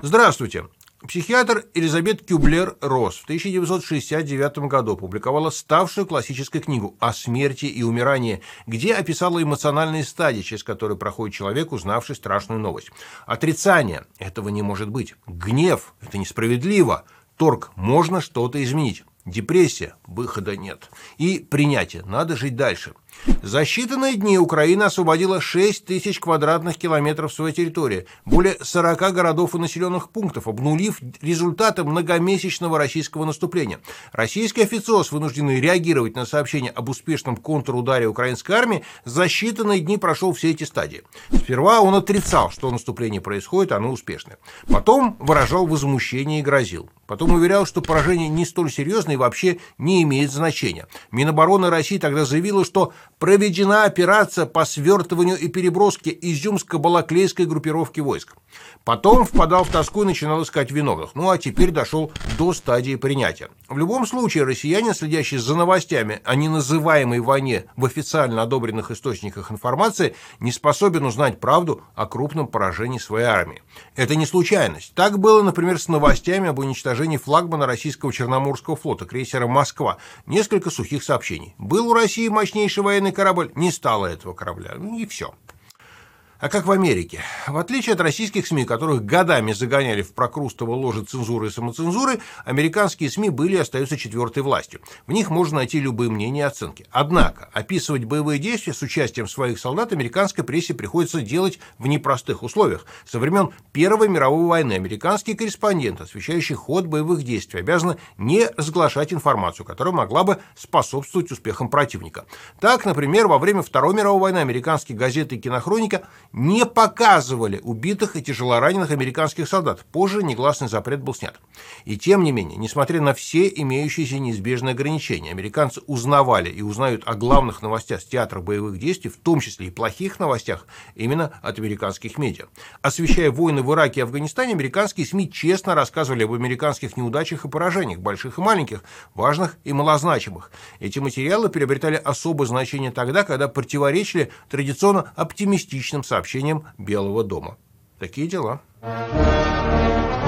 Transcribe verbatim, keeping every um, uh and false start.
Здравствуйте. Психиатр Элизабет Кюблер-Росс в тысяча девятьсот шестьдесят девятом году опубликовала ставшую классической книгу «О смерти и умирании», где описала эмоциональные стадии, через которые проходит человек, узнавший страшную новость. Отрицание – этого не может быть. Гнев – это несправедливо. Торг – можно что-то изменить. Депрессия – выхода нет. И принятие – надо жить дальше. За считанные дни Украина освободила шесть тысяч квадратных километров своей территории, более сорока городов и населенных пунктов, обнулив результаты многомесячного российского наступления. Российский официоз, вынужденный реагировать на сообщения об успешном контрударе украинской армии, за считанные дни прошел все эти стадии. Сперва он отрицал, что наступление происходит, оно успешное. Потом выражал возмущение и грозил. Потом уверял, что поражение не столь серьезное и вообще не имеет значения. Минобороны России тогда заявила, что проведена операция по свертыванию и переброске изюмско-балаклейской группировки войск. Потом впадал в тоску и начинал искать виновных. Ну а теперь дошел до стадии принятия. В любом случае, россиянин, следящий за новостями о неназываемой войне в официально одобренных источниках информации, не способен узнать правду о крупном поражении своей армии. Это не случайность. Так было, например, с новостями об уничтожении флагмана российского Черноморского флота, крейсера «Москва». Несколько сухих сообщений. Был у России мощнейший военный корабль, не стало этого корабля. Ну и все. А как в Америке? В отличие от российских СМИ, которых годами загоняли в прокрустово ложе цензуры и самоцензуры, американские СМИ были и остаются четвертой властью. В них можно найти любые мнения и оценки. Однако, описывать боевые действия с участием своих солдат американской прессе приходится делать в непростых условиях. Со времен Первой мировой войны американские корреспонденты, освещающие ход боевых действий, обязаны не разглашать информацию, которая могла бы способствовать успехам противника. Так, например, во время Второй мировой войны американские газеты и кинохроника не показывали убитых и тяжелораненых американских солдат. Позже негласный запрет был снят. И тем не менее, несмотря на все имеющиеся неизбежные ограничения, американцы узнавали и узнают о главных новостях с театра боевых действий, в том числе и плохих новостях, именно от американских медиа. Освещая войны в Ираке и Афганистане, американские СМИ честно рассказывали об американских неудачах и поражениях, больших и маленьких, важных и малозначимых. Эти материалы приобретали особое значение тогда, когда противоречили традиционно оптимистичным сообщениям сообщением Белого дома. Такие дела.